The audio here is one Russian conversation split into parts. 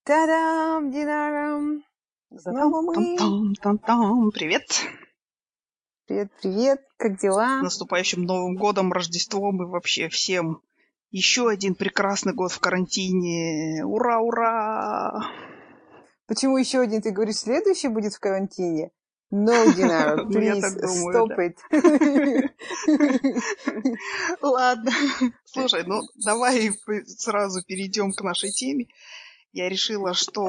Та-дам, Динара! Снова мы. Там-там-там-там. Привет. Привет, как С дела? наступающим Новым годом, Рождеством и вообще всем. Еще один прекрасный год в карантине. Ура, ура! Почему еще один? Ты говоришь, следующий будет в карантине? No, Динара, Ну, я please, так думаю, stop да. it. Ладно. Слушай, ну давай сразу перейдем к нашей теме. Я решила, что,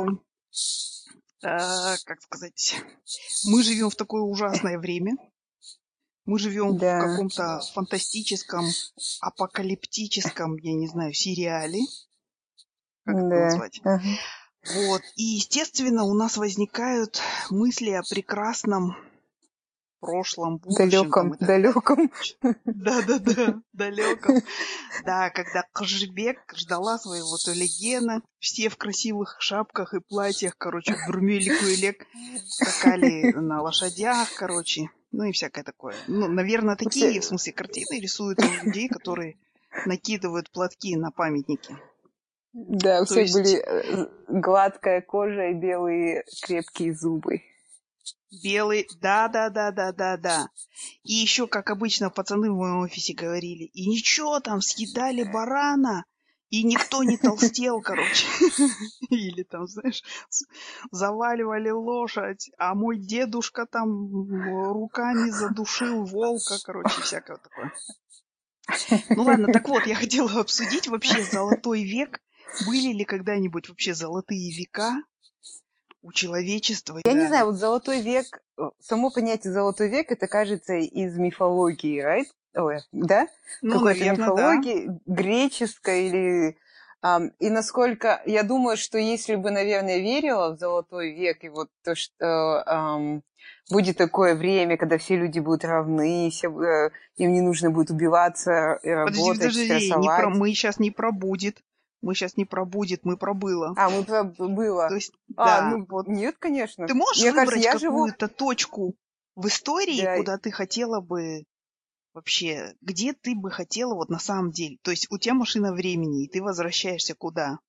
как сказать, мы живем в такое ужасное время. Мы живем в Да, каком-то фантастическом, апокалиптическом, я не знаю, сериале. Как это да. назвать? Ага. Вот. И, естественно, у нас возникают мысли о прекрасном прошлом, будущем там и так далее. Далеком. Да-да-да, далеком. Да, когда Кожебек ждала своего Төлегена, все в красивых шапках и платьях, короче, в Бурмеле-Куэлек скакали на лошадях, короче, ну и всякое такое. Ну, наверное, такие, в смысле, картины рисуют у людей, которые накидывают платки на памятники. Да, у То всех были есть гладкая кожа и белые крепкие зубы. белый, да. И еще, как обычно, пацаны в моем офисе говорили, и ничего, там съедали барана, и никто не толстел, короче. Или там, знаешь, заваливали лошадь, а мой дедушка там руками задушил волка, короче, всякое такое. Ну ладно, так вот, я хотела обсудить вообще золотой век. Были ли когда-нибудь вообще золотые века у человечества? Я не Да. знаю, вот золотой век, само понятие золотой век, это кажется из мифологии, right? Ой, да? Ну, Какой-то наверное, да. мифологии, греческой или... и насколько... Я думаю, что если бы, наверное, верила в золотой век, и вот то, что будет такое время, когда все люди будут равны, им не нужно будет убиваться, и работать, Подожди, стрессовать. мы сейчас не про будет. Мы сейчас не про будет, мы про было. Было. То есть, да, Ну, вот. нет, конечно. Ты можешь Мне кажется, выбрать я живу... какую-то точку в истории, Да, куда ты хотела бы вообще, где ты бы хотела вот на самом деле? То есть у тебя машина времени, и ты возвращаешься куда?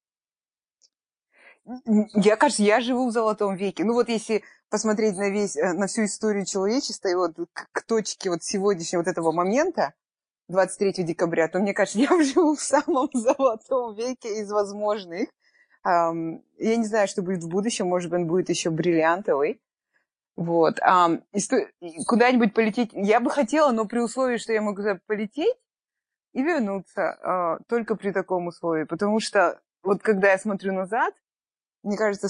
я, кажется, я живу в золотом веке. Ну вот если посмотреть на всю историю человечества и вот к точке вот сегодняшнего вот этого момента, 23 декабря, то мне кажется, я живу в самом золотом веке из возможных. Я не знаю, что будет в будущем, может быть, он будет еще бриллиантовый. Вот. Куда-нибудь полететь я бы хотела, но при условии, что я могу туда полететь и вернуться, только при таком условии. Потому что вот когда я смотрю назад, мне кажется,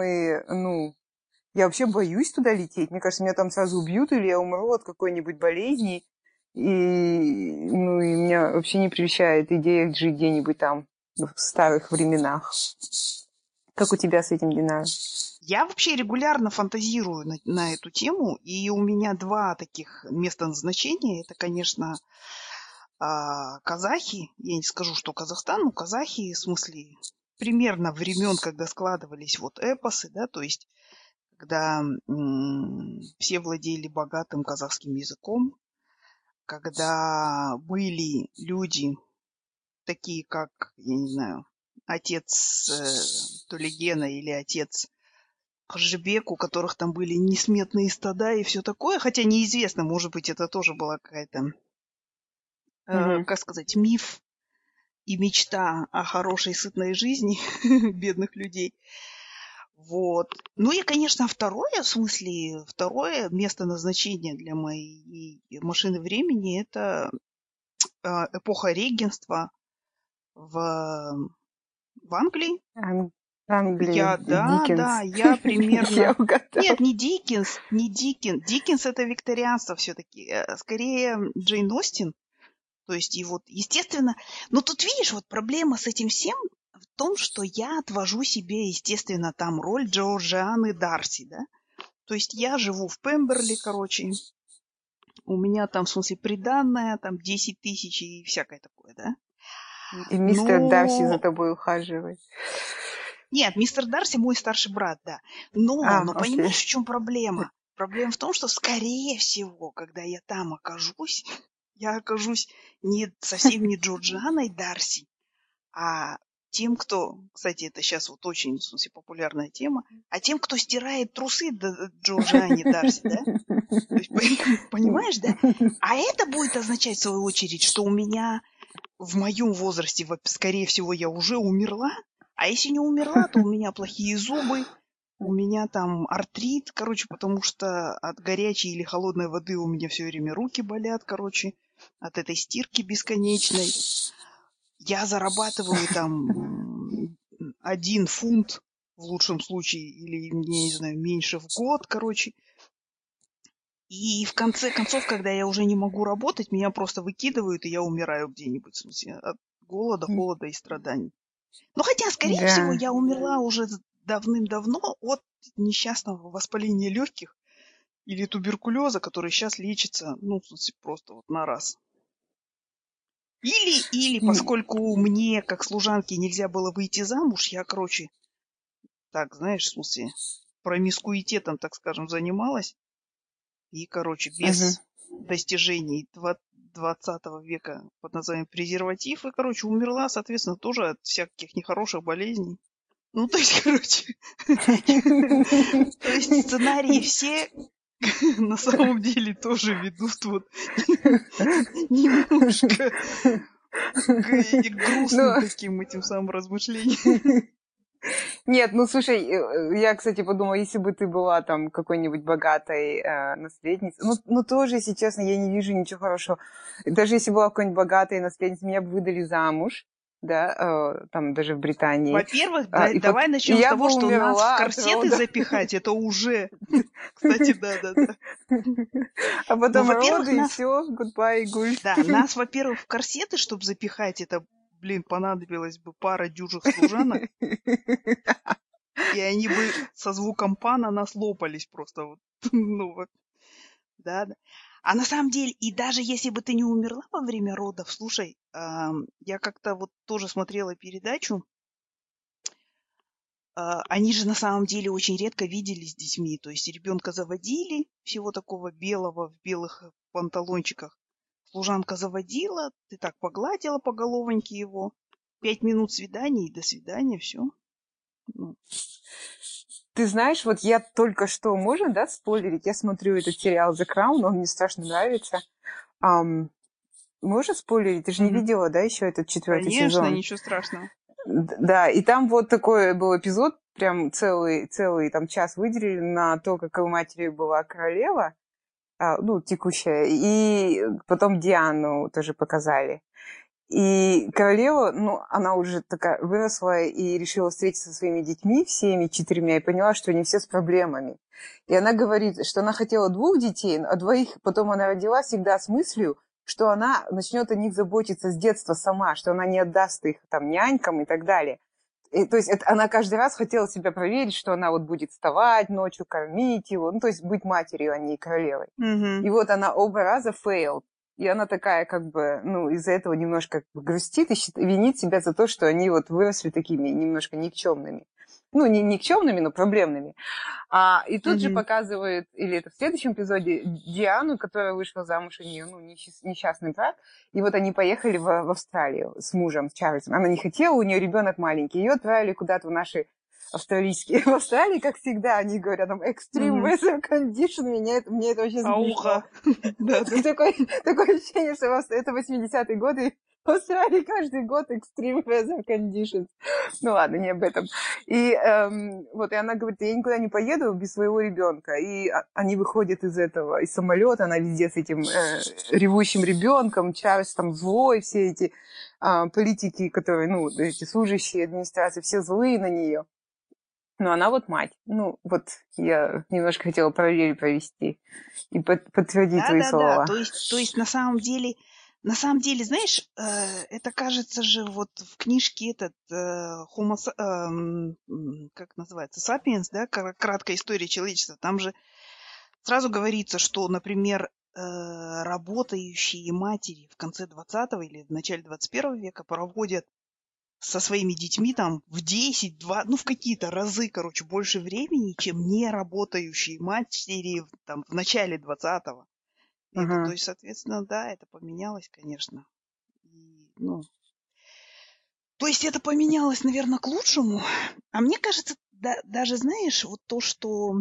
я вообще боюсь туда лететь. Мне кажется, меня там сразу убьют, или я умру от какой-нибудь болезни. И меня вообще не прельщает идея жить где-нибудь там в старых временах. Как у тебя с этим, Динара? Я вообще регулярно фантазирую на эту тему, и у меня два таких места назначения. Это, конечно, казахи. Я не скажу, что Казахстан, но казахи, в смысле, примерно времен, когда складывались вот эпосы, да, то есть когда все владели богатым казахским языком, когда были люди такие, как, я не знаю, отец Тулигена или отец Кожебек, у которых там были несметные стада и все такое, хотя неизвестно, может быть, это тоже была какая-то, как сказать, миф и мечта о хорошей сытной жизни бедных людей. Вот. Ну и, конечно, второе место назначения для моей машины времени – это эпоха регенства в Англии. Англия, Диккенс. Я примерно... Я угадала. Нет, не Диккенс. Диккенс – это викторианство все-таки. Скорее, Джейн Остин. То есть, и вот, естественно... Но тут, видишь, вот проблема с этим всем в том, что я отвожу себе, естественно, там роль Джорджианы Дарси, да? То есть я живу в Пемберли, короче. У меня там, в смысле, приданное, там 10 тысяч и всякое такое, да? И мистер Дарси за Но... тобой ухаживает. Нет, мистер Дарси мой старший брат, да. Но Окей. понимаешь, в чем проблема? Проблема в том, что, скорее всего, когда я там окажусь, я окажусь совсем не Джорджианой Дарси, а тем, кто, кстати, это сейчас вот очень, в смысле, популярная тема, а тем, кто стирает трусы Джорджиане Дарси, да? То есть, понимаешь, да? А это будет означать, в свою очередь, что у меня в моем возрасте, скорее всего, я уже умерла, а если не умерла, то у меня плохие зубы, у меня там артрит, короче, потому что от горячей или холодной воды у меня все время руки болят, короче, от этой стирки бесконечной. Я зарабатываю там 1 фунт в лучшем случае, или, я не знаю, меньше в год, короче. И в конце концов, когда я уже не могу работать, меня просто выкидывают, и я умираю где-нибудь, в смысле, от голода, холода и страданий. Ну, хотя, скорее всего, Да. я умерла уже давным-давно от несчастного воспаления легких или туберкулеза, который сейчас лечится, ну, в смысле, просто вот на раз. Или, поскольку мне, как служанке, нельзя было выйти замуж, я, короче, так, знаешь, в смысле, промискуитетом, так скажем, занималась. И, короче, без достижений 20 века под названием презерватив. И, короче, умерла, соответственно, тоже от всяких нехороших болезней. Ну, то есть, короче, то есть сценарии все на самом деле тоже ведут вот немножко к грустным таким этим самым размышлениям. Нет, ну слушай, я, кстати, подумала, если бы ты была там какой-нибудь богатой наследницей, ну тоже, если честно, я не вижу ничего хорошего. Даже если была какой-нибудь богатой наследницей, меня бы выдали замуж, да, там даже в Британии. Во-первых, давай начнем с того, что нас в корсеты запихать, это уже, кстати, да-да-да. А потом роды, и все, goodbye, гуль. Да, нас, во-первых, в корсеты, чтобы запихать, это, блин, понадобилось бы пара дюжих служанок. И они бы со звуком па на нас лопались просто. Вот. Ну вот. Да. А на самом деле, и даже если бы ты не умерла во время родов, слушай, я как-то вот тоже смотрела передачу. Они же на самом деле очень редко виделись с детьми. То есть ребенка заводили, всего такого белого в белых панталончиках. Служанка заводила, ты так погладила по головоньке его. 5 минут свидания и до свидания, все. Ты знаешь, вот я только что, можно, да, спойлерить? Я смотрю этот сериал The Crown, он мне страшно нравится. Можно спойлерить? Ты же не видела, да, еще этот 4-й сезон? Конечно, ничего страшного. Да, и там вот такой был эпизод, прям целый там час выделили на то, какой матерью была королева, ну, текущая, и потом Диану тоже показали. И королева, ну, она уже такая выросла и решила встретиться со своими детьми, всеми 4, и поняла, что они все с проблемами. И она говорит, что она хотела 2 детей, а 2 потом она родила всегда с мыслью, что она начнет о них заботиться с детства сама, что она не отдаст их там нянькам и так далее. И, то есть она каждый раз хотела себя проверить, что она вот будет вставать ночью, кормить его, ну, то есть быть матерью, а не королевой. И вот она оба раза failed. И она такая, как бы, ну, из-за этого немножко грустит и винит себя за то, что они вот выросли такими немножко никчемными. Ну, не никчемными, но проблемными. И тут же показывают, или это в следующем эпизоде, Диану, которая вышла замуж, у нее, ну, несчастный брак. И вот они поехали в Австралию с мужем, с Чарльзом. Она не хотела, у нее ребенок маленький. Ее отправили куда-то в наши австралийские. В Австралии, как всегда, они говорят, там, extreme weather condition, мне это вообще смешно. Такое ощущение, что это 80-е годы, в Австралии каждый год extreme weather conditions. Ну ладно, не об этом. И вот, и она говорит, я никуда не поеду без своего ребенка. И они выходят из самолета, она везде с этим ревущим ребенком, Чарльз там злой, все эти политики, которые, ну, эти служащие администрации, все злые на нее. Но она вот мать. Ну, вот я немножко хотела параллель провести и подтвердить твои слова. Да. То есть на самом деле, знаешь, это кажется же вот в книжке этот как называется, Sapiens, да, краткая история человечества. Там же сразу говорится, что, например, работающие матери в конце 20-го или в начале 21 века проводят со своими детьми там в 10, 2, ну в какие-то разы, короче, больше времени, чем не работающие матери там в начале 20-го. То есть, соответственно, да, это поменялось, конечно. И, ну, То есть это поменялось, наверное, к лучшему. А мне кажется, даже, знаешь, вот то, что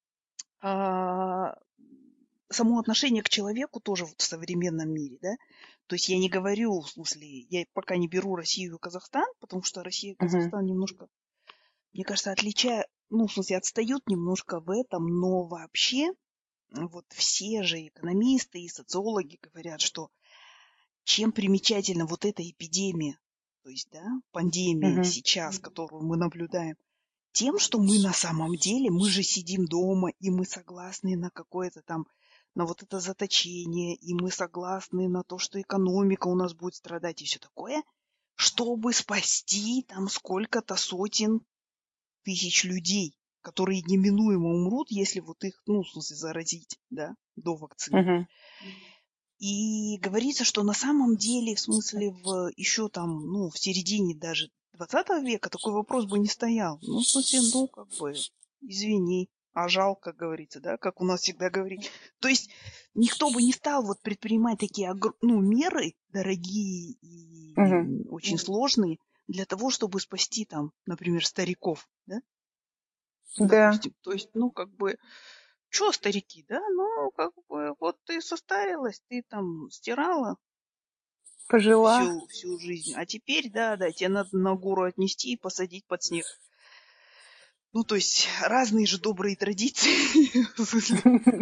а, само отношение к человеку тоже вот в современном мире, да? То есть я не говорю, в смысле, я пока не беру Россию и Казахстан, потому что Россия и Мгм. Казахстан немножко, мне кажется, ну, в смысле, отстают немножко в этом, но вообще вот все же экономисты и социологи говорят, что чем примечательна вот эта эпидемия, то есть, да, пандемия Мгм. сейчас, которую мы наблюдаем, тем, что мы на самом деле, мы же сидим дома, и мы согласны на какое-то там, на вот это заточение, и мы согласны на то, что экономика у нас будет страдать и все такое, чтобы спасти там сколько-то сотен тысяч людей, которые неминуемо умрут, если вот их, ну, в смысле, заразить, да, до вакцины. Мгм. И говорится, что на самом деле, в смысле, еще там, ну, в середине даже 20 века такой вопрос бы не стоял. Ну, в смысле, ну, как бы, извини, а жалко, как говорится, да, как у нас всегда говорит. То есть никто бы не стал вот предпринимать такие, ну, меры дорогие и Мгм. очень сложные для того, чтобы спасти там, например, стариков, да, Да, допустим. То есть, ну, как бы, что старики, да, ну, как бы, вот ты состарилась, ты там стирала пожила. всю жизнь, а теперь, да, тебе надо на гору отнести и посадить под снег. Ну, то есть разные же добрые традиции в смысле,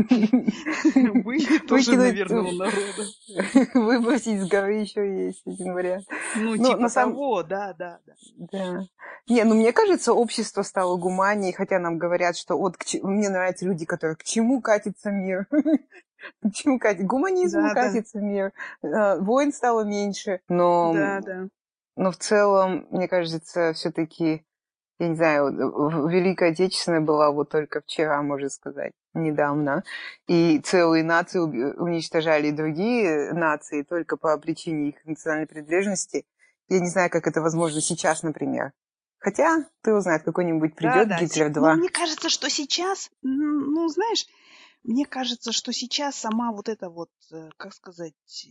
были тоже, Выкинуть, наверное, у народа. выбросить с горы еще есть один вариант. Ну, Но типа на самом... того, да, да, да. Да. Не, ну мне кажется, общество стало гуманнее, хотя нам говорят, что вот мне нравятся люди, которые к чему катится мир. К чему катится? К гуманизму Да, да, катится мир. Войн стало меньше. да, да. Но в целом, мне кажется, все-таки, я не знаю, Великая Отечественная была вот только вчера, можно сказать, недавно. И целые нации уничтожали другие нации только по причине их национальной принадлежности. Я не знаю, как это возможно сейчас, например. Хотя, кто знает, какой-нибудь Да, придет да. Гитлер Но 2. мне кажется, что сейчас, ну, знаешь, мне кажется, что сейчас сама вот эта вот, как сказать,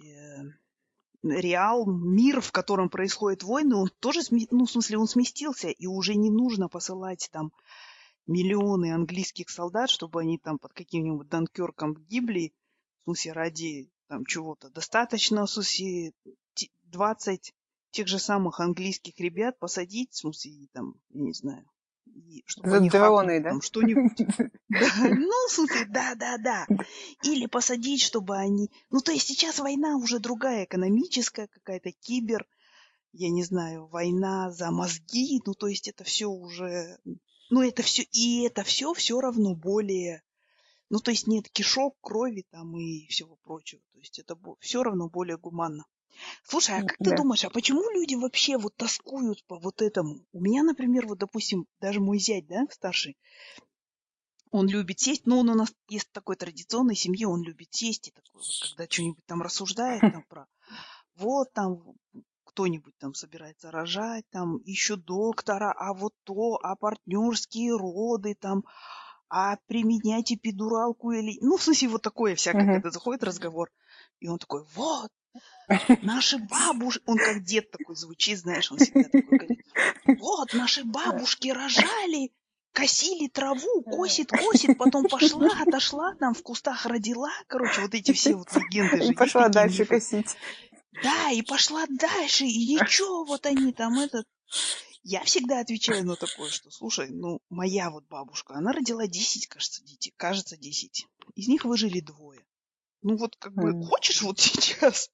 реал, мир, в котором происходят войны, он тоже, ну, в смысле, он сместился, и уже не нужно посылать там миллионы английских солдат, чтобы они там под каким-нибудь Данкерком гибли, в смысле, ради там чего-то. Достаточно, в смысле, 20 тех же самых английских ребят посадить, в смысле, и там, я не знаю, и чтобы За они дроны, хакнули да? там что-нибудь. Да, ну, в смысле, да. Или посадить, чтобы они... Ну, то есть сейчас война уже другая, экономическая какая-то, кибер, я не знаю, война за мозги, ну, то есть это все уже... Ну, это все равно более... Ну, то есть нет кишок, крови там и всего прочего. То есть это все равно более гуманно. Слушай, а как ты Да. думаешь, а почему люди вообще вот тоскуют по вот этому? У меня, например, вот, допустим, даже мой зять, да, старший, он любит сесть, ну, он у нас есть такой традиционной семье, он любит сесть и такой вот, когда что-нибудь там рассуждает там про, вот там кто-нибудь там собирается рожать, там еще доктора, а вот то, а партнерские роды там, а применять эпидуралку или... Ну, в смысле, вот такое всякое, Мгм. когда заходит разговор, и он такой, вот, наши бабушки, он как дед такой звучит, знаешь, он всегда такой говорит, вот, наши бабушки рожали, косили траву, косит, потом пошла, отошла, там в кустах родила. Короче, вот эти все вот легенды И же есть, пошла такие дальше мифы. косить. Да, и пошла дальше, и ничего, вот они там этот... Я всегда отвечаю на такое, что, слушай, ну, моя вот бабушка, она родила 10, кажется, детей, кажется, 10. Из них выжили 2. Ну вот как бы хочешь вот сейчас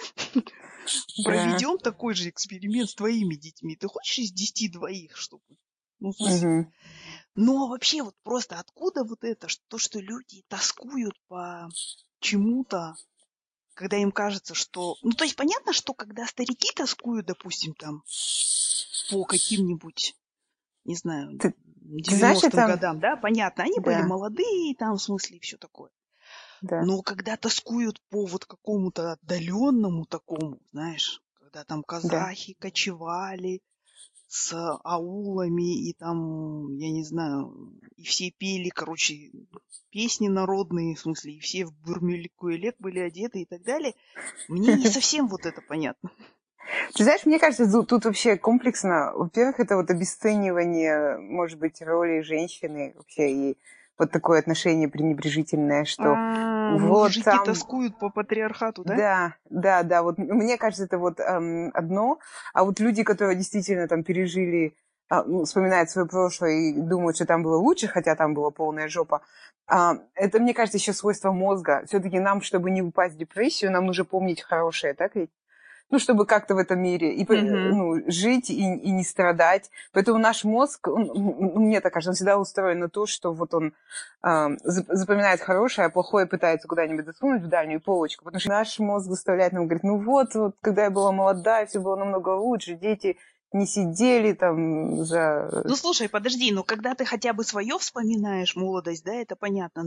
Да. проведем такой же эксперимент с твоими детьми? Ты хочешь из 10 двоих, чтобы... Ну, в смысле... Мгм. Но вообще вот просто откуда вот это, то, что люди тоскуют по чему-то, когда им кажется, что... Ну, то есть понятно, что когда старики тоскуют, допустим, там, по каким-нибудь, не знаю, Ты знаешь, 90-м это... годам, да, понятно, они были Да, молодые, там, в смысле, и все такое. да, Но когда тоскуют по вот какому-то отдаленному такому, знаешь, когда там да. казахи кочевали с аулами, и там, я не знаю, и все пели, короче, песни народные, в смысле, и все в бурмелек были одеты и так далее, мне не совсем вот это понятно. Ты знаешь, мне кажется, тут вообще комплексно. Во-первых, это вот обесценивание, может быть, роли женщины вообще и вот такое отношение пренебрежительное, что вот Мужики там... тоскуют по патриархату, да? Да, вот мне кажется, это вот одно, а вот люди, которые действительно там пережили, вспоминают свое прошлое и думают, что там было лучше, хотя там была полная жопа, это, мне кажется, еще свойство мозга. Все-таки нам, чтобы не упасть в депрессию, нам нужно помнить хорошее, так ведь? Ну, чтобы как-то в этом мире и, Угу. жить и не страдать. Поэтому наш мозг, мне так кажется, он всегда устроен на то, что вот он запоминает хорошее, а плохое пытается куда-нибудь засунуть в дальнюю полочку. Потому что наш мозг заставляет нам говорить, ну вот, когда я была молодая, все было намного лучше, дети не сидели там за... Ну, слушай, подожди, но когда ты хотя бы свое вспоминаешь, молодость, да, это понятно,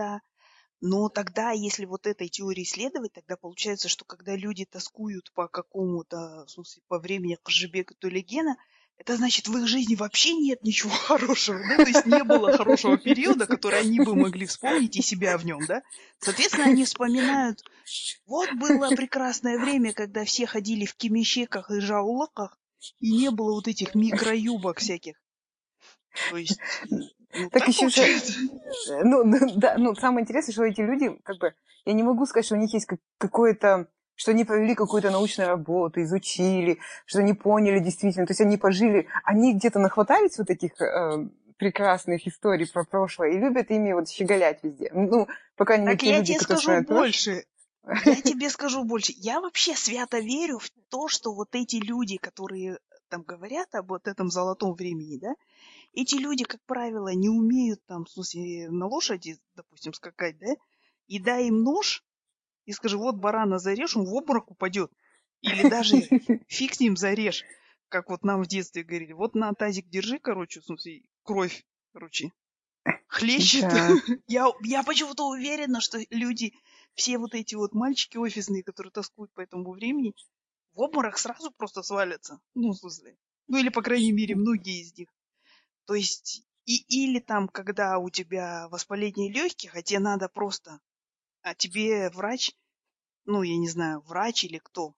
но тогда, если вот этой теории следовать, тогда получается, что когда люди тоскуют по какому-то, в смысле, по времени Кожебека Тулегена, это значит, в их жизни вообще нет ничего хорошего, да? То есть не было хорошего периода, который они бы могли вспомнить и себя в нем, да? Соответственно, они вспоминают, вот было прекрасное время, когда все ходили в кимищеках и жаулыках, и не было вот этих микроюбок всяких. То есть, ну, Так так еще же, получается. да, самое интересное, что эти люди, как бы, я не могу сказать, что у них есть какое-то, что они провели какую-то научную работу, изучили, что они поняли действительно, то есть они пожили, они где-то нахватались вот таких прекрасных историй про прошлое и любят ими вот щеголять везде. Ну, по крайней мере, Так те я люди, тебе которые скажу вспоминают прошлое. больше. Я тебе скажу больше. Я вообще свято верю в то, что вот эти люди, которые там говорят об вот этом золотом времени, да, эти люди, как правило, не умеют там, в смысле, на лошади, допустим, скакать, да, и дай им нож, и скажи, вот барана зарежь, он в обморок упадет. Или даже фиг с ним зарежь, как вот нам в детстве говорили. Вот на тазик держи, короче, в смысле, кровь, короче, хлещет. Да. Я почему-то уверена, что люди, все вот эти вот мальчики офисные, которые тоскуют по этому времени, в обморок сразу просто свалятся. Ну, в смысле. Ну, или, по крайней мере, многие из них. То есть, или там, когда у тебя воспаление легких, а тебе надо просто, а тебе врач, ну, я не знаю, врач или кто,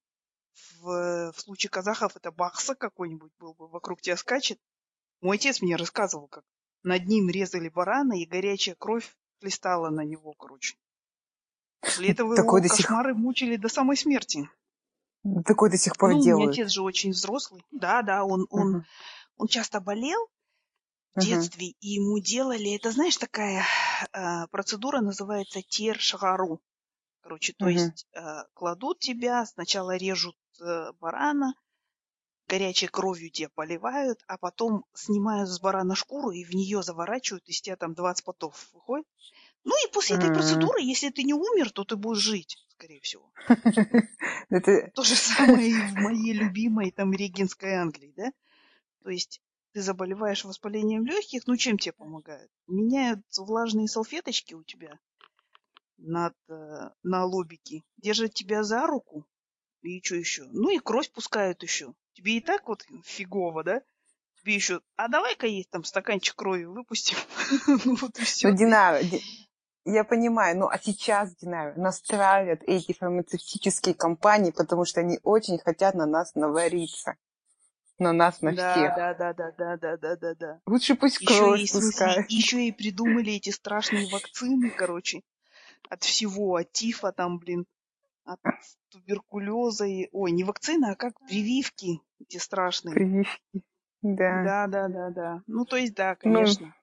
в случае казахов это бахса какой-нибудь был бы, вокруг тебя скачет. Мой отец мне рассказывал, как над ним резали барана, и горячая кровь хлестала на него, короче. После этого Такое его до сих, кошмары мучили до самой смерти. такое до сих пор Ну, у меня делают. отец же очень взрослый. Да, Мгм, он часто болел в мгм, детстве, и ему делали, это знаешь, такая процедура называется тершгару. Короче, то мгм. есть кладут тебя, сначала режут барана, горячей кровью тебя поливают, а потом снимают с барана шкуру и в нее заворачивают, из тебя там 20 потов выходит. Ну и после этой М. процедуры, если ты не умер, то ты будешь жить, скорее всего. Это То же самое и в моей любимой там Регенской Англии, да? То есть ты заболеваешь воспалением легких, ну чем тебе помогают? Меняют влажные салфеточки у тебя на лобике, держат тебя за руку, и что еще? Ну и кровь пускают еще. Тебе и так вот фигово, да? Тебе еще, а давай-ка есть там стаканчик крови выпустим. Ну вот и ну, все. То есть, Динара, я понимаю, ну а сейчас, Динара, нас травят эти фармацевтические компании, потому что они очень хотят на нас навариться. На нас, на да, всех. да, да, да, да, да, да, да, да. Лучше пусть Еще и, кровь в смысле, пускают. еще и придумали эти страшные вакцины, короче, от всего, от тифа там, блин, от туберкулеза. Ой, не вакцина, а как прививки эти страшные. Прививки. Да. Да, да, да, да. Ну, то есть, да, Ну, конечно.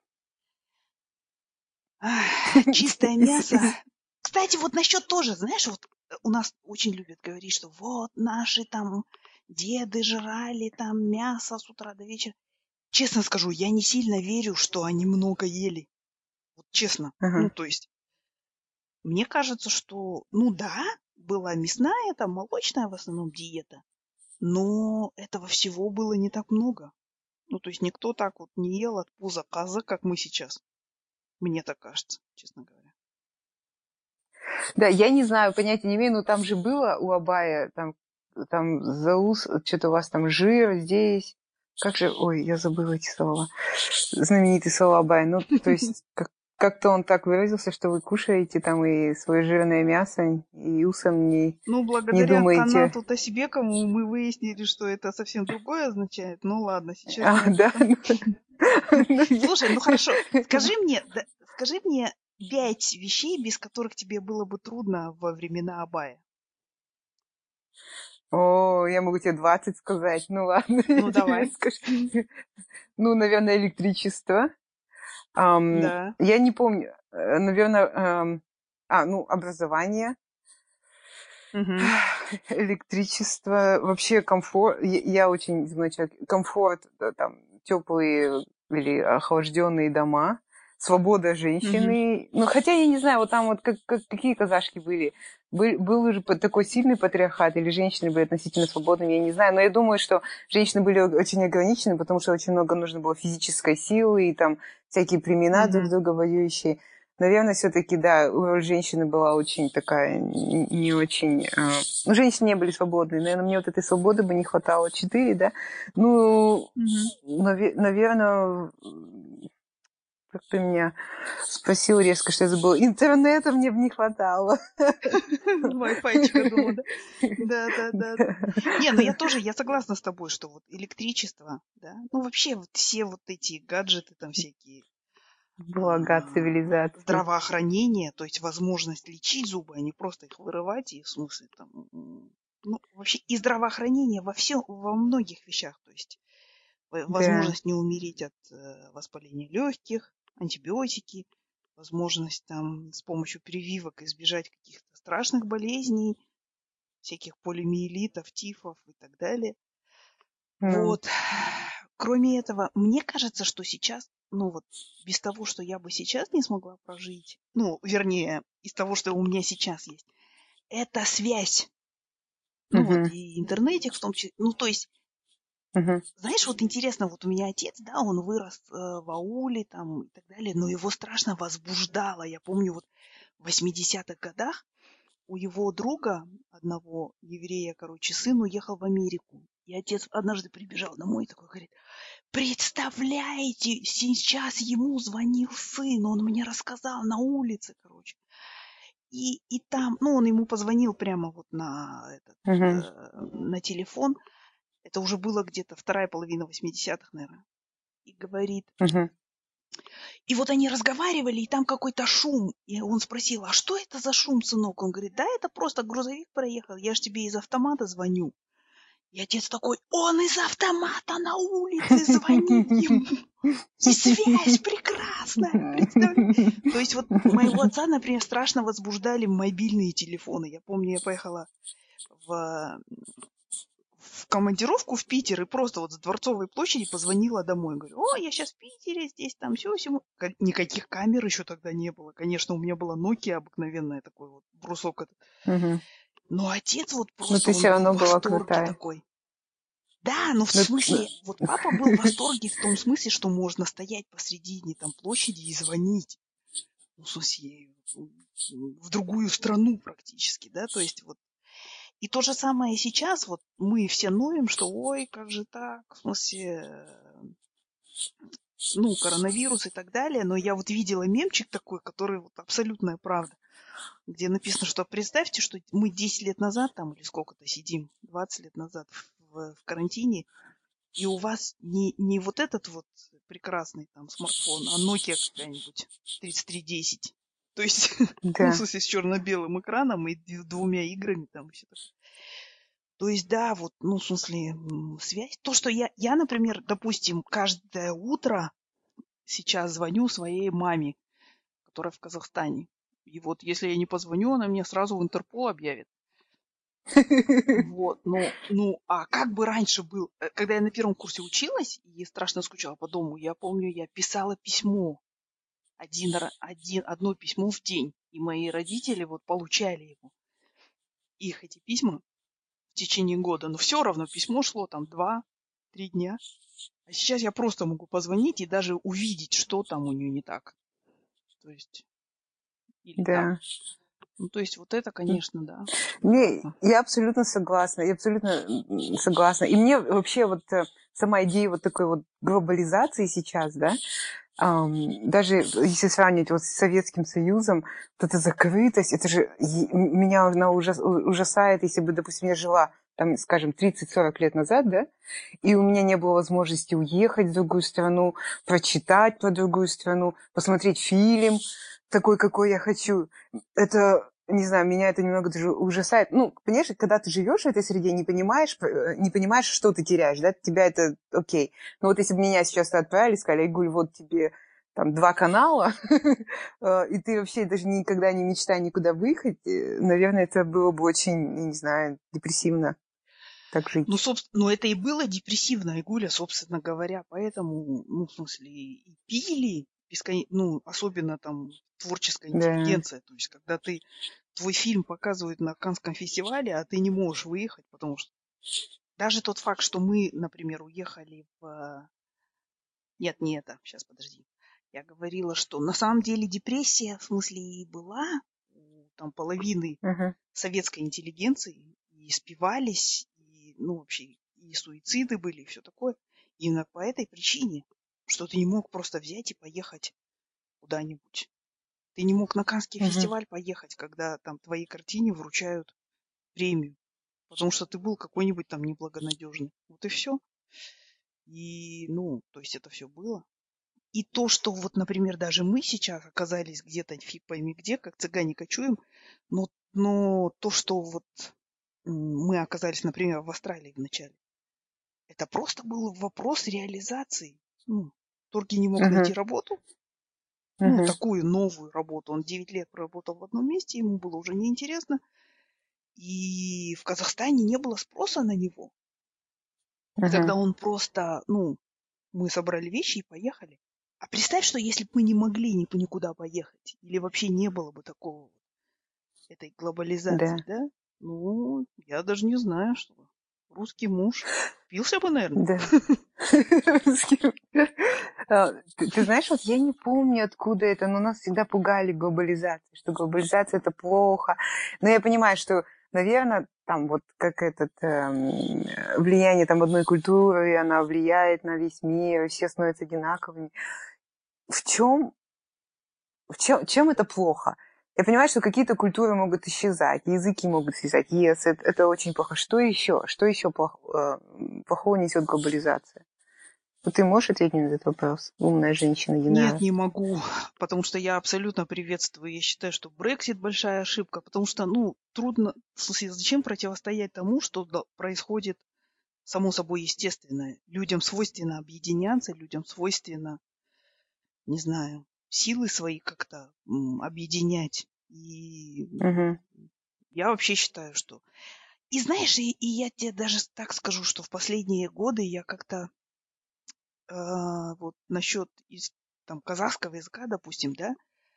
Чистое мясо. Кстати, вот насчет тоже, знаешь, вот у нас очень любят говорить, что вот наши там деды жрали там мясо с утра до вечера. Честно скажу, я не сильно верю, что они много ели. Вот честно. Ну, ага. то есть, мне кажется, что, ну да, была мясная, там молочная в основном диета, но этого всего было не так много. Ну, то есть никто так вот не ел от пуза козы, как мы сейчас. Мне так кажется, честно говоря. Да, я не знаю, понятия не имею, но там же было у Абая, там заус, что-то у вас там жир здесь. Как же, ой, я забыла эти слова. Знаменитые слова Абая. Ну, то есть, как-то он так выразился, что вы кушаете там и свое жирное мясо, и усом Ну, не благодаря думаете. канату Тасибекому мы выяснили, что это совсем другое означает. Ну ладно, сейчас А, не об да? этом. Ну, Слушай, ну хорошо, скажи мне 5 вещей, без которых тебе было бы трудно во времена Абая. О, я могу тебе 20 сказать. Ну ладно, Ну, я тебе давай. скажу. Ну, наверное, электричество. Да. Я не помню. Наверное, ну, образование, Мгм. электричество, вообще комфорт. Я очень земной человек. Комфорт, да, там, теплые или охлажденные дома, свобода Мгм. женщины. Ну, хотя я не знаю, вот там вот какие казашки были. Был уже такой сильный патриархат, или женщины были относительно свободными, я не знаю. Но я думаю, что женщины были очень ограничены, потому что очень много нужно было физической силы, и там всякие племена друг Мгм. друга воюющие. Наверное, все-таки, да, роль женщины была очень такая, не очень... Ну, женщины не были свободны. Наверное, мне вот этой свободы бы не хватало. 4, да? Ну, Мгм. наверное, как ты меня спросил резко, что я забыла. Интернета мне бы не хватало. Вай-файчика дома, да? Да, да, да, да. Не, ну я согласна с тобой, что вот электричество, да, ну вообще вот все вот эти гаджеты там всякие, Блага цивилизации. здравоохранение, то есть возможность лечить зубы, а не просто их вырывать, и в смысле там, ну вообще и здравоохранение во многих вещах, то есть Да. возможность не умереть от воспаления легких, антибиотики, возможность там с помощью прививок избежать каких-то страшных болезней, всяких полимиелитов, тифов и так далее. Ну, Вот. Кроме этого, мне кажется, что сейчас, ну вот, без того, что я бы сейчас не смогла прожить, ну, вернее, из того, что у меня сейчас есть, это связь. Ну вот, мгм, и интернетик в том числе. Ну, то есть, мгм, знаешь, вот интересно, вот у меня отец, да, он вырос в ауле там и так далее, но его страшно возбуждало. Я помню, вот в 80-х годах у его друга, одного еврея, короче, сын уехал в Америку. И отец однажды прибежал домой и такой говорит: представляете, сейчас ему звонил сын, он мне рассказал на улице, короче. И там, ну, он ему позвонил прямо вот мгм, на телефон. Это уже было где-то вторая половина 80-х, наверное. И говорит, мгм. и вот они разговаривали, и там какой-то шум. И он спросил: а что это за шум, сынок? Он говорит: да это просто грузовик проехал, я ж тебе из автомата звоню. И отец такой: он из автомата на улице звонит ему. И связь прекрасная, представляешь? То есть вот моего отца, например, страшно возбуждали мобильные телефоны. Я помню, я поехала в, в командировку в Питер и просто вот с Дворцовой площади позвонила домой. Говорю: о, я сейчас в Питере, здесь там все, всему. Никаких камер еще тогда не было. Конечно, у меня была Nokia обыкновенная, такой вот брусок этот. Мгм. Но отец вот Но просто, ты он все был в равно была восторге крутая. такой. Да, ну в Ну, смысле, вот папа был в восторге в том смысле, что можно стоять посредине там площади и звонить. Ну, в смысле, в другую страну практически, да, то есть вот. И то же самое сейчас, вот мы все ноем, что ой, как же так, в смысле, ну, коронавирус и так далее, но я вот видела мемчик такой, который вот абсолютная правда, где написано, что представьте, что мы 10 лет назад там или сколько-то сидим, 20 лет назад в карантине, и у вас не вот этот вот прекрасный там смартфон, а Nokia какая-нибудь 3310. То есть, ну, в да. смысле, с черно-белым экраном и двумя играми там все такое. То есть, да, вот, ну, в смысле, связь. То, что я, например, допустим, каждое утро сейчас звоню своей маме, которая в Казахстане. И вот если я не позвоню, она меня сразу в Интерпол объявит. Вот, ну, а как бы раньше был, когда я на первом курсе училась и страшно скучала по дому, я помню, я писала письмо, одно письмо в день, и мои родители вот получали его, их эти письма в течение года, но все равно письмо шло там 2-3 дня, а сейчас я просто могу позвонить и даже увидеть, что там у нее не так, то есть, или как. Да. Ну, то есть вот это, конечно, да, Не, классно. я абсолютно согласна, я абсолютно согласна. И мне вообще вот сама идея вот такой вот глобализации сейчас, да, Даже если сравнивать вот с Советским Союзом, то эта закрытость, это же меня она ужасает, если бы, допустим, я жила там, скажем, 30-40 лет назад, да, и у меня не было возможности уехать в другую страну, прочитать про другую страну, посмотреть фильм такой, какой я хочу. Это, не знаю, меня это немного даже ужасает. Ну, понимаешь, когда ты живешь в этой среде, не понимаешь, что ты теряешь, да, тебя это окей. Но вот если бы меня сейчас отправили, сказали: Айгуль, вот тебе там 2 канала, и ты вообще даже никогда не мечтай никуда выехать, наверное, это было бы очень, я не знаю, депрессивно так Ну, жить. собственно, ну, это и было депрессивно, Айгуля, собственно говоря. Поэтому, ну, в смысле, и пили, ну, особенно там творческая Да. интеллигенция. То есть, когда твой фильм показывают на Каннском фестивале, а ты не можешь выехать, потому что даже тот факт, что мы, например, уехали в... Нет, не это. Сейчас, подожди. Я говорила, что на самом деле депрессия, в смысле, и была у там половины Мгм. советской интеллигенции, и спивались, и, ну, вообще, и суициды были, и все такое. Именно по этой причине, что ты не мог просто взять и поехать куда-нибудь. Ты не мог на Каннский Мгм. фестиваль поехать, когда там твоей картине вручают премию, потому что ты был какой-нибудь там неблагонадежный. Вот и все. И, ну, то есть это все было. И то, что вот, например, даже мы сейчас оказались где-то фиг пойми где, как цыгане кочуем, но то, что вот мы оказались, например, в Австралии вначале, это просто был вопрос реализации. Ну, Торги не мог найти Мгм. работу, ну, Мгм. такую новую работу. Он 9 лет проработал в одном месте, ему было уже неинтересно. И в Казахстане не было спроса на него. И тогда Мгм. он просто, ну, мы собрали вещи и поехали. А представь, что если бы мы не могли никуда поехать, или вообще не было бы такого, этой глобализации, Да. да? Ну, я даже не знаю, что русский муж пился бы, наверное. Да. Ты знаешь, вот я не помню, откуда это, но нас всегда пугали глобализацией, что глобализация это плохо. Но я понимаю, что, наверное, там вот как влияние там одной культуры, она влияет на весь мир, и все становятся одинаковыми. В чем, чем это плохо? Я понимаю, что какие-то культуры могут исчезать, языки могут исчезать. Yes, это очень плохо. Что еще? Что еще плохого несет глобализация? Вот ты можешь ответить на этот вопрос? Умная женщина, Нет, Динара. не могу, потому что я абсолютно приветствую. Я считаю, что Брексит большая ошибка, потому что, ну, трудно, в смысле, зачем противостоять тому, что происходит само собой естественно. Людям свойственно объединяться, людям свойственно, не знаю, силы свои как-то объединять. И Угу. я вообще считаю, что... И знаешь, и я тебе даже так скажу, что в последние годы я как-то вот насчет там казахского языка, допустим, да,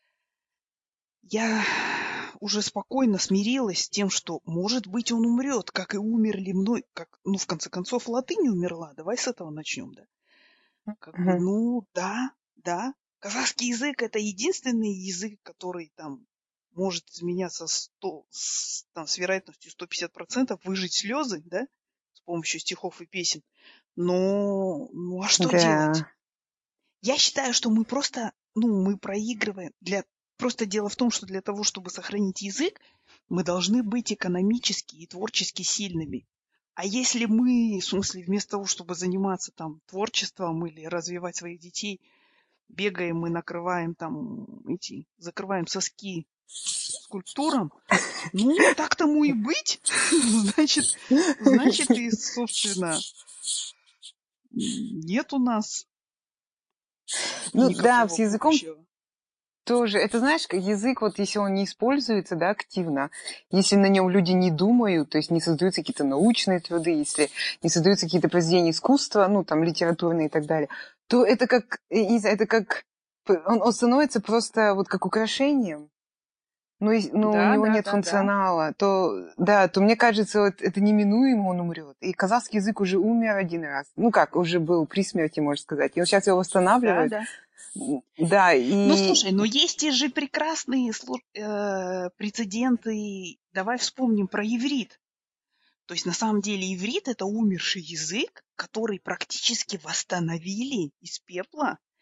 я уже спокойно смирилась с тем, что, может быть, он умрет, как и умерли мной, как, ну, в конце концов, латынь умерла. Давай с этого начнем, да. Как бы, Угу. ну, да, да. Казахский язык – это единственный язык, который там может изменяться там, с вероятностью 150%, выжить слезы, да, с помощью стихов и песен. Но, ну, а что делать? Да. Я считаю, что мы просто, ну, мы проигрываем. Просто дело в том, что для того, чтобы сохранить язык, мы должны быть экономически и творчески сильными. А если мы, в смысле, вместо того, чтобы заниматься там творчеством или развивать своих детей, бегаем и накрываем там закрываем соски скульптурам, ну, так тому и быть. Значит, и, собственно, нет у нас Ну да, никакого с языком будущего. тоже. Это знаешь, как язык, вот если он не используется, да, активно, если на нем люди не думают, то есть не создаются какие-то научные труды, если не создаются какие-то произведения искусства, ну, там, литературные и так далее, то это как, я не знаю, это как, он становится просто вот как украшением. Но у Да, него да, нет да, да. функционала, то, да, то мне кажется, вот это неминуемо, он умрет. И казахский язык уже умер один раз. Ну как, уже был при смерти, можно сказать. И вот сейчас его Да, восстанавливают. да. Да, Ну, и... слушай, но есть и же прекрасные прецеденты. Давай вспомним про иврит. То есть, на самом деле, иврит – это умерший язык, который практически восстановили из пепла.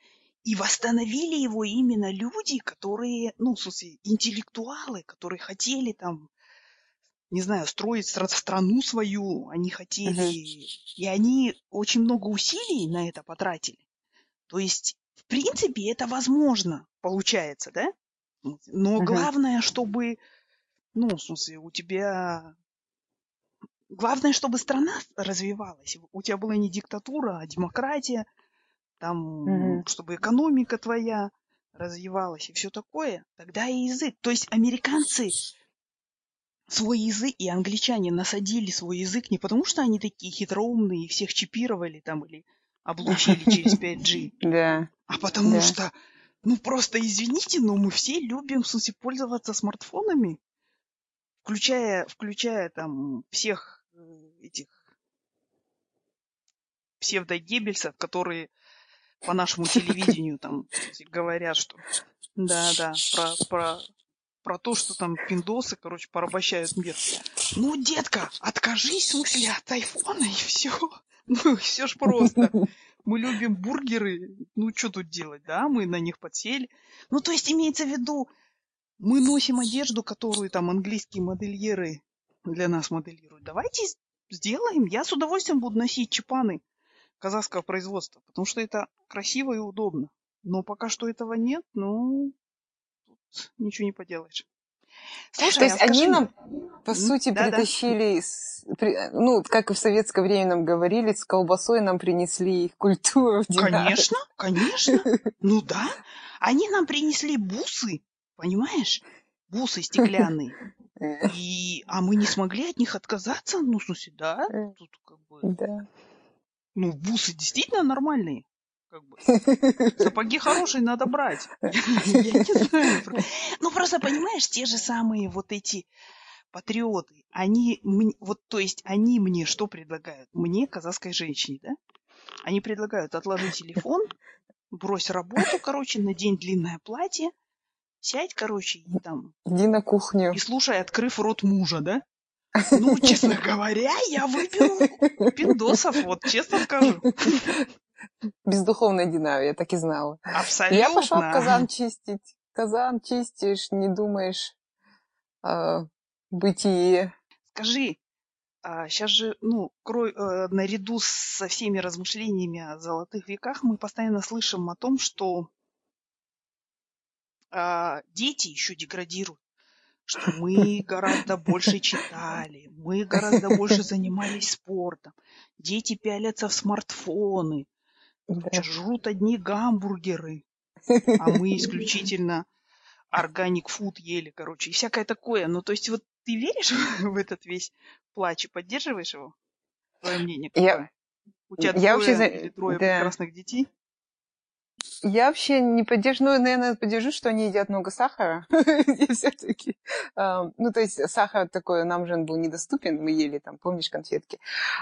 И восстановили его именно люди, которые, ну, в смысле, интеллектуалы, которые хотели там, не знаю, строить страну свою, они хотели, и они очень много усилий на это потратили. То есть, в принципе, это возможно, получается, да? Но главное, чтобы, ну, в смысле, у тебя... Главное, чтобы страна развивалась. У тебя была не диктатура, а демократия, там, чтобы экономика твоя развивалась и все такое. Тогда и язык. То есть американцы свой язык и англичане насадили свой язык не потому, что они такие хитроумные и всех чипировали там или облучили через 5G, а потому что, ну просто извините, но мы все любим, в смысле, пользоваться смартфонами, включая там всех этих псевдогеббельсов, которые по нашему телевидению там говорят, что да, про то, что там пиндосы, короче, порабощают мир. Ну, детка, откажись, в смысле, от айфона и все. Ну, все ж просто. Мы любим бургеры. Ну, что тут делать, да? Мы на них подсели. Ну, то есть, имеется в виду, мы носим одежду, которую там английские модельеры для нас моделируют. Давайте сделаем. Я с удовольствием буду носить чапаны казахского производства, потому что это красиво и удобно. Но пока что этого нет, ну, тут ничего не поделаешь. Слушай, то есть они нам, по сути, притащили, ну, как и в советское время нам говорили, с колбасой нам принесли их культуру в динар. Конечно. Ну да. Они нам принесли бусы, понимаешь? Бусы стеклянные. А мы не смогли от них отказаться. Ну, в смысле, да. Тут как бы... Да. Ну, бусы действительно нормальные. Как бы. Сапоги хорошие надо брать. Я не знаю. Ну, просто, понимаешь, те же самые вот эти патриоты, они мне что предлагают? Мне, казахской женщине, да? Они предлагают: отложи телефон, брось работу, короче, надень длинное платье, сядь, короче, и там... Иди на кухню. И слушай, открыв рот мужа, да? Ну, честно говоря, я выберу пиндосов, вот честно скажу. Бездуховная Динара, я так и знала. Абсолютно. Я пошла в казан чистить. Казан чистишь, не думаешь о бытие. Скажи, сейчас же, ну, наряду со всеми размышлениями о золотых веках мы постоянно слышим о том, что дети еще деградируют, что мы гораздо больше читали, мы гораздо больше занимались спортом, дети пялятся в смартфоны, жрут одни гамбургеры, а мы исключительно органик фуд ели, короче, и всякое такое. Ну, то есть вот ты веришь в этот весь плач и поддерживаешь его? Твое мнение какое? У тебя двое или трое прекрасных детей? Я вообще не поддерживаю, ну, наверное, поддержу, что они едят много сахара. Все-таки. Ну, то есть сахар такой нам же он был недоступен, мы ели там, помнишь, конфетки.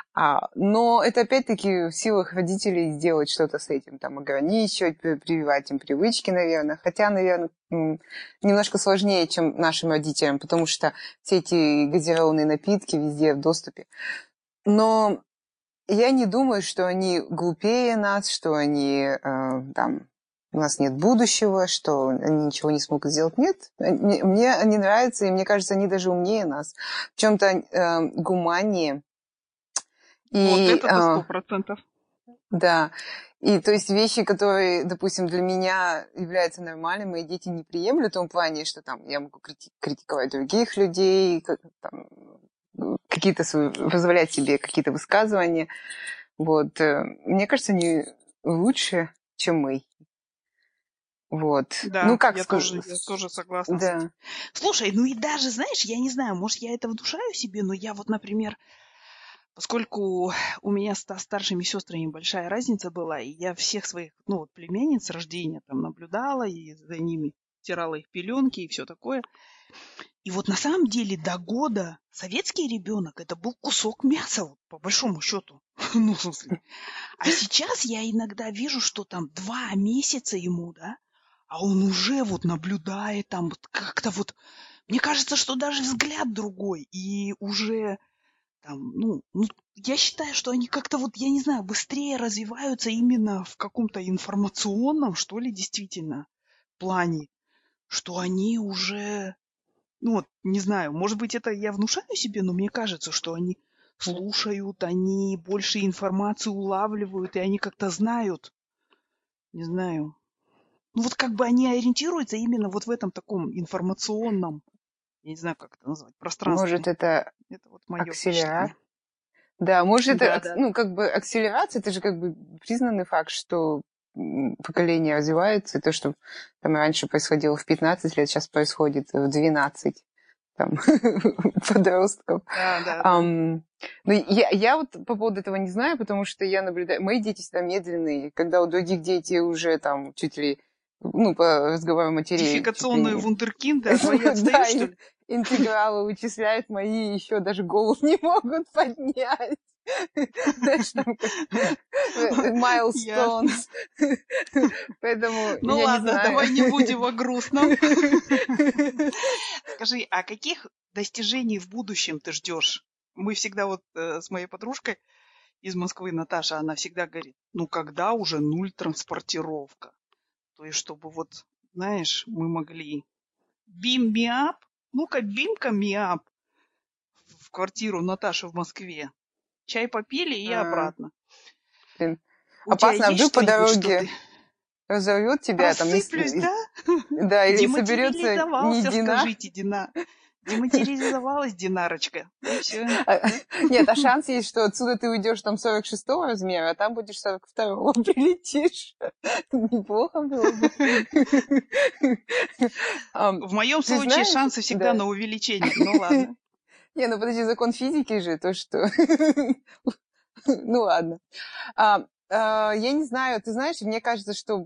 Но это опять-таки в силах родителей сделать что-то с этим, там, ограничивать, прививать им привычки, наверное. Хотя, наверное, немножко сложнее, чем нашим родителям, потому что все эти газированные напитки везде в доступе. Но я не думаю, что они глупее нас, что они там у нас нет будущего, что они ничего не смогут сделать. Нет, мне они нравятся, и мне кажется, они даже умнее нас. В чем-то гуманнее. Вот это 100%. Да. И то есть вещи, которые, допустим, для меня являются нормальными, мои дети не приемлют в том плане, что там я могу критиковать других людей, там, какие-то позволять себе какие-то высказывания. Вот. Мне кажется, они лучше, чем мы. Вот. Да, ну, как я тоже согласна с этим. Слушай, ну и даже, знаешь, я не знаю, может, я это внушаю себе, но я вот, например, поскольку у меня с старшими сестрами большая разница была, и я всех своих, ну, вот племянниц с рождения там наблюдала, и за ними стирала их пеленки и все такое. И вот на самом деле до года советский ребенок это был кусок мяса, вот, по большому счету. Ну, в смысле. А сейчас я иногда вижу, что там 2 месяца ему, да, а он уже вот наблюдает там вот как-то вот... Мне кажется, что даже взгляд другой, и уже там, я считаю, что они как-то вот, я не знаю, быстрее развиваются именно в каком-то информационном, что ли, действительно, плане, что они уже, не знаю, может быть, это я внушаю себе, но мне кажется, что они Да. слушают, они больше информации улавливают, и они как-то знают, не знаю. Вот как бы они ориентируются именно вот в этом таком информационном, я не знаю, как это назвать, пространстве. Может, это Это вот мое акселерат? впечатление. Да, может, это, Да, да, да. как бы акселерация, это же как бы признанный факт, что поколение развивается, и то, что там раньше происходило в 15 лет, сейчас происходит в 12 там, подростков. Да, да, да. Ну, я вот по поводу этого не знаю, потому что я наблюдаю, мои дети всегда медленные, когда у других дети уже там чуть ли, по разговору матерей, чуть ли Дефекационные не... вундеркинды, а твои Да, отстают, что ли? интегралы вычисляют, мои еще даже голову не могут поднять. Знаешь, там Ясно. milestones. Поэтому Ну я не ладно, знаю. давай не будем о грустном. Скажи, а каких достижений в будущем ты ждешь? Мы всегда вот с моей подружкой из Москвы, Наташа, она всегда говорит, когда уже нуль транспортировка? То есть, чтобы вот, знаешь, мы могли beam me up, ну-ка, бимка me up в квартиру Наташи в Москве. Чай попили и обратно. Блин, У тебя опасно, а есть вдруг по что-нибудь, что дороге ты... разорвет тебя, там, Рассыплюсь, да? да, или соберется не Дематериализовался, Дина. скажите, Дина. Дематериализовалась Динарочка. И все. Нет, а шанс есть, что отсюда ты уйдешь там 46-го размера, а там будешь 42-го, прилетишь. Неплохо было бы. В моем Ты случае знаешь, шансы всегда да. на увеличение. Ну ладно. Не, подожди, закон физики же, то что... Ну ладно. Я не знаю, ты знаешь, мне кажется, что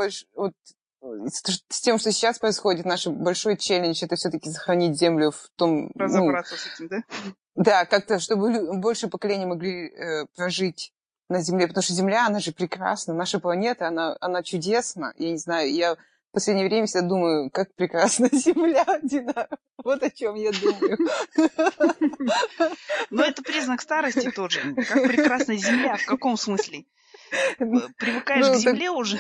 с тем, что сейчас происходит, наш большой челлендж, это все-таки сохранить Землю в том, Разобраться с этим, да? да, как-то, чтобы больше поколений могли прожить на Земле, потому что Земля, она же прекрасна, наша планета, она чудесна. Я не знаю, я в последнее время всегда думаю, как прекрасна Земля, Дина. Вот о чем я думаю. Но это признак старости тоже. Как прекрасная земля. В каком смысле? Привыкаешь к Ну, так, земле уже?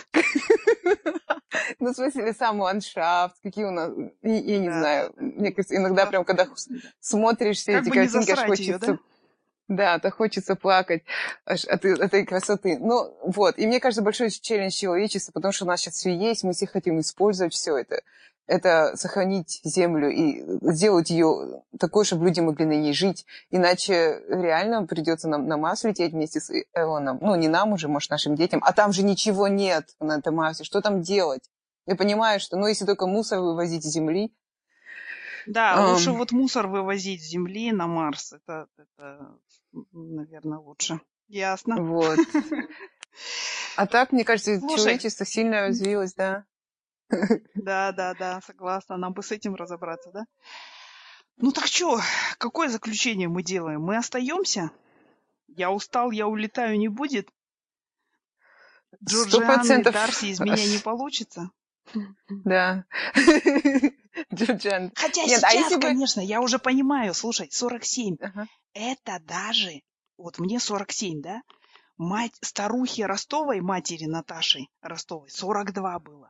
в смысле, сам ландшафт, какие у нас... Я не Да, да, знаю. да. Мне кажется, иногда прям, Согласна, когда согласна, да. смотришь все Как эти бы не картинки, аж засрать ее, да? хочется... Да, то хочется плакать аж от этой красоты. Ну, вот. И мне кажется, большой челлендж человечества, потому что у нас сейчас все есть, мы все хотим использовать все это. Это сохранить Землю и сделать ее такой, чтобы люди могли на ней жить. Иначе реально придется нам на Марс лететь вместе с Элоном. Ну, не нам уже, может, нашим детям. А там же ничего нет на этом Марсе. Что там делать? Я понимаю, что, если только мусор вывозить с Земли. Да, лучше вот мусор вывозить с Земли на Марс. Это наверное, лучше. Ясно. Вот. А так, мне кажется, Слушай. человечество сильно развилось, да. Да, согласна. Нам бы с этим разобраться, да? Ну так что, какое заключение мы делаем? Мы остаемся? Я устал, я улетаю, не будет? Джорджиан и 100%. Дарси из меня не получится? Да. Джорджиан. Хотя Нет, сейчас, конечно, я уже понимаю, слушай, 47. Ага. Это даже, вот мне 47, да? Мать старухи Ростовой, матери Наташи Ростовой, 42 было.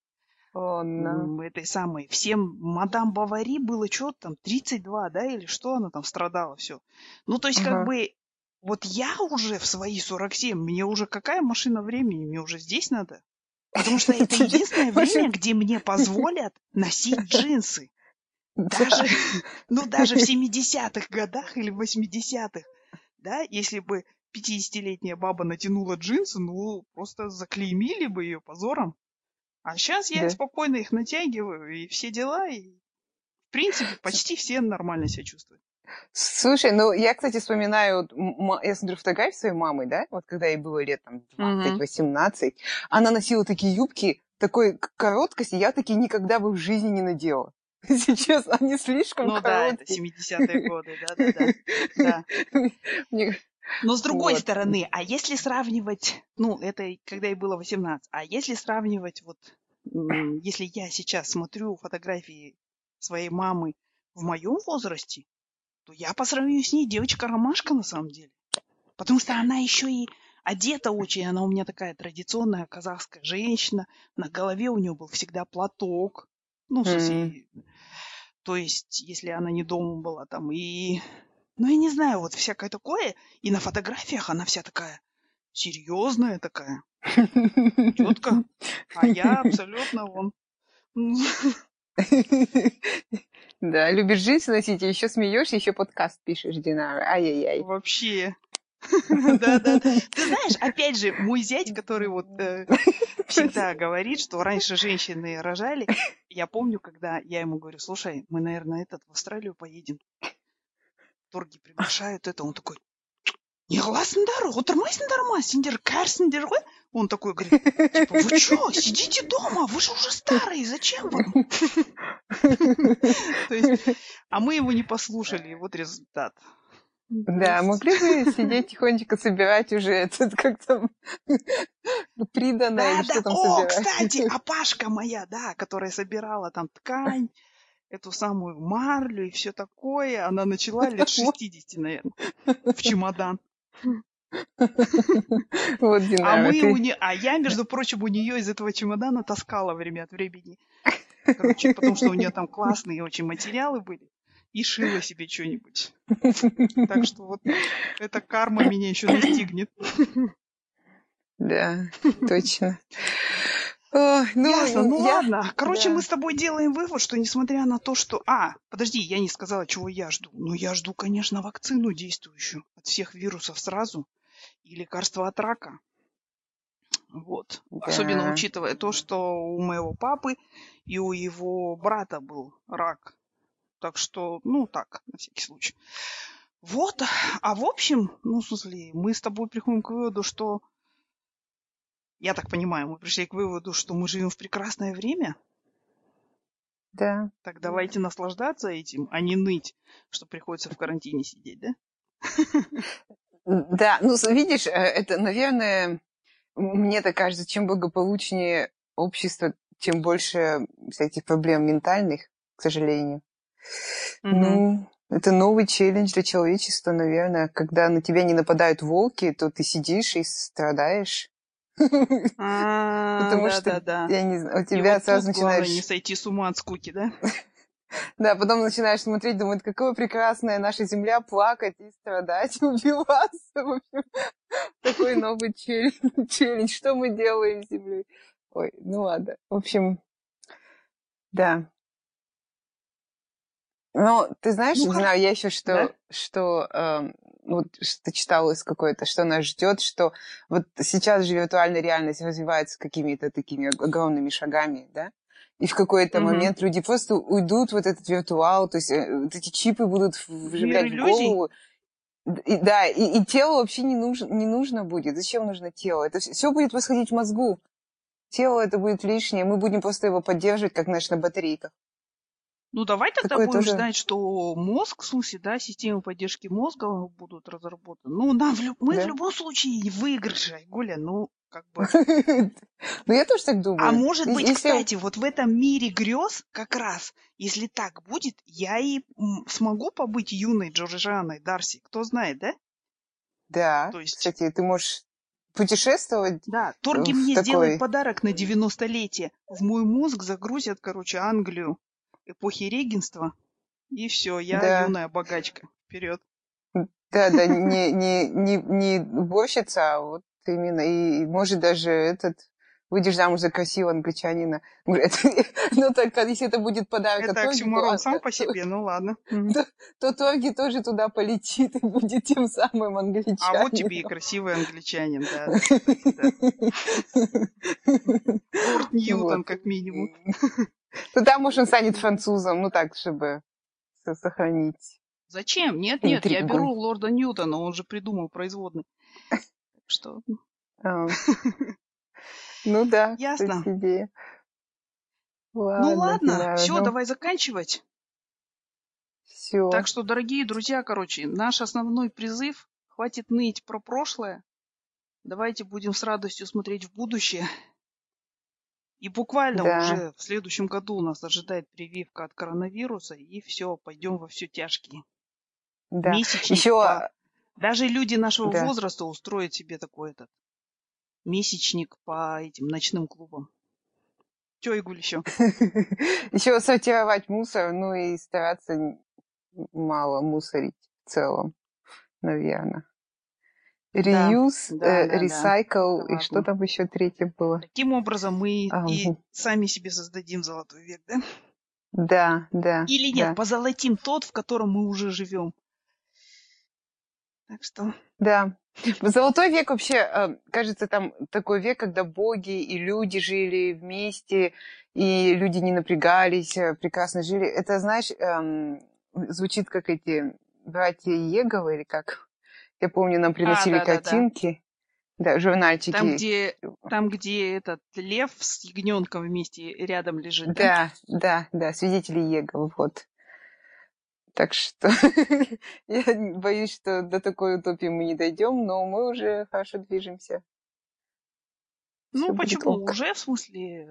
Этой самой. Всем мадам Бавари было что-то там, 32, да, или что она там страдала, все. Ну, то есть, как бы, вот я уже в свои 47, мне уже какая машина времени, мне уже здесь надо. Потому что это единственное время, где мне позволят носить джинсы. Даже в 70-х годах или 80-х, да, если бы 50-летняя баба натянула джинсы, просто заклеймили бы ее позором. А сейчас я спокойно их натягиваю, и все дела, и, в принципе, почти все нормально себя чувствуют. Слушай, я, кстати, вспоминаю, я смотрю фотографии своей мамы, да, вот когда ей было лет там 20-18, она носила такие юбки такой короткости, я такие никогда бы в жизни не надела. Сейчас они слишком короткие. Да, это 70-е годы, да. Но с другой стороны, а если сравнивать, это когда ей было 18, а если сравнивать, если я сейчас смотрю фотографии своей мамы в моем возрасте, то я по сравнению с ней девочка-ромашка на самом деле. Потому что она еще и одета очень, она у меня такая традиционная казахская женщина, на голове у нее был всегда платок, ну, в смысле, то есть, если она не дома была там, и, ну, я не знаю, вот всякое такое, и на фотографиях она вся такая серьезная такая, тетка, а я абсолютно вон. Да, любишь джинсы носить, и еще смеешься, еще подкаст пишешь, Динара. Ай-яй-яй. Вообще. Да-да. Ты знаешь, опять же, мой зять, который вот всегда говорит, что раньше женщины рожали, я помню, когда я ему говорю, слушай, мы, наверное, в Австралию поедем. Торги приглашают это, он такой, не гласындар, отырмайсыңдар, сендер кәрсіңдер ғой? Он такой говорит, типа, вы что, сидите дома, вы же уже старые, зачем вам? То есть, а мы его не послушали, и вот результат. Да, могли бы сидеть тихонечко собирать уже этот, как там, приданое, или что там собирать. Кстати, а Пашка моя, да, которая собирала там ткань, эту самую марлю и все такое, она начала лет 60, наверное, в чемодан. Вот, Динара, А я, между прочим, у нее из этого чемодана таскала время от времени. Короче, потому что у нее там классные очень материалы были. И шила себе что-нибудь. Так что вот эта карма меня еще настигнет. Да, точно. Ясно, ладно. Короче, мы с тобой делаем вывод, что несмотря на то, что... подожди, я не сказала, чего я жду. Но я жду, конечно, вакцину действующую от всех вирусов сразу. И лекарство от рака. Вот. Да. Особенно учитывая то, что у моего папы и у его брата был рак. Так что, так, на всякий случай. Вот. А в общем, в смысле, мы с тобой приходим к выводу, что... Я так понимаю, мы пришли к выводу, что мы живем в прекрасное время. Да. Так давайте наслаждаться этим, а не ныть, что приходится в карантине сидеть, да? Да, видишь, это, наверное, мне так кажется, чем благополучнее общество, тем больше всяких проблем ментальных, к сожалению. Это новый челлендж для человечества, наверное. Когда на тебя не нападают волки, то ты сидишь и страдаешь. Потому что, я не знаю, у тебя сразу начинаешь... не сойти с ума от скуки, да? Да, потом начинаешь смотреть, думать, какая прекрасная наша земля, плакать и страдать, убиваться. В общем, такой новый челлендж. Что мы делаем с землей? Ой, ладно. В общем, да. Но ты знаешь, не знаю, я еще что читала из какой-то, что нас ждет, что вот сейчас же виртуальная реальность развивается какими-то такими огромными шагами, да? И в какой-то момент люди просто уйдут в этот виртуал, то есть вот эти чипы будут вживлять в голову. И тело вообще не нужно будет. Зачем нужно тело? Это все будет происходить в мозгу. Тело это будет лишнее, мы будем просто его поддерживать, как, знаешь, на батарейках. Давай тогда будем ждать, что мозг, в смысле, да, системы поддержки мозга будут разработаны. Мы в любом случае в выигрыше, Гуля, как бы... я тоже так думаю. А может быть, кстати, вот в этом мире грез как раз, если так будет, я и смогу побыть юной Джорджианой Дарси. Кто знает, да? Да, то есть... кстати, ты можешь путешествовать. Да, торги мне сделают подарок на 90-летие. В мой мозг загрузят, Англию эпохи регенства. И все, я юная богачка. Вперед. Да, не уборщица, а вот именно. И может даже выйдешь замуж за красивого англичанина. Так, если это будет подарок от Торги... Это оксюморон сам по себе, ладно. То Торги тоже туда полетит и будет тем самым англичанином. А вот тебе и красивый англичанин, да. Лорд Ньютон, как минимум. То там, может, он станет французом, чтобы сохранить. Зачем? Нет, я беру лорда Ньютона, он же придумал производный. Что? Да. Ясно. Идея. Ладно, все, давай заканчивать. Все. Так что, дорогие друзья, наш основной призыв, хватит ныть про прошлое. Давайте будем с радостью смотреть в будущее. И буквально уже в следующем году нас ожидает прививка от коронавируса, и все, пойдем во все тяжкие. да. Месячник Еще, Даже люди нашего да. возраста устроят себе такой этот месячник по этим ночным клубам. Чё, Игуль, еще? Еще сортировать мусор, ну и стараться мало мусорить в целом, наверное. Да, Реюз, да. ресайкл, Это и что важно. там еще третье было? Таким образом мы и Ам, сами себе создадим золотой век, да? Да. Или нет, позолотим тот, в котором мы уже живем. Так что Да. Золотой век вообще, кажется, там такой век, когда боги и люди жили вместе, и люди не напрягались, прекрасно жили. Это, знаешь, звучит как эти братья Иеговы, или как? Я помню, нам приносили да. картинки, да, журнальчики. Там, где этот лев с ягненком вместе рядом лежит, да? Да, свидетели Иеговы, вот. Так что я боюсь, что до такой утопии мы не дойдем, но мы уже хорошо движемся. Ну, Все будет почему? ок. Уже, в смысле,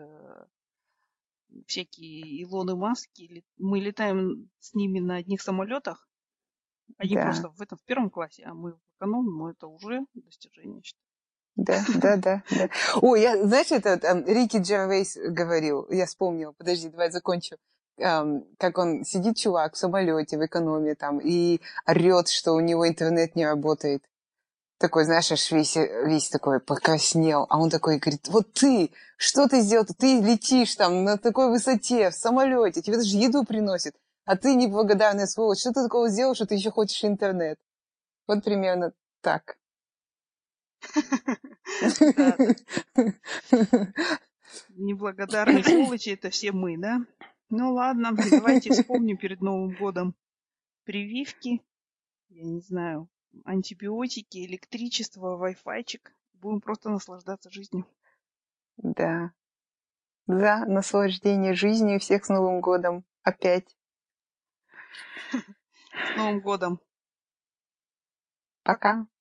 всякие Илоны Маски, мы летаем с ними на одних самолетах. Они Да, просто в первом классе, а мы в экономном, но это уже достижение, считаю. да. Ой, знаешь, Рики Джервейс говорил, я вспомнила, подожди, давай закончу. Как он сидит, чувак, в самолете, в экономе там, и орет, что у него интернет не работает. Такой, знаешь, аж весь такой покраснел. А он такой говорит, вот ты, что ты сделал? Ты летишь там на такой высоте, в самолете, тебе даже еду приносит. А ты неблагодарная сволочь. Что ты такого сделал, что ты еще хочешь интернет? Вот примерно так. Да. Неблагодарные сволочи — это все мы, да? Ну ладно, давайте вспомним перед Новым годом прививки, я не знаю, антибиотики, электричество, вай-файчик. Будем просто наслаждаться жизнью. Да. За наслаждение жизнью. Всех с Новым годом. Опять. С Новым годом! Пока.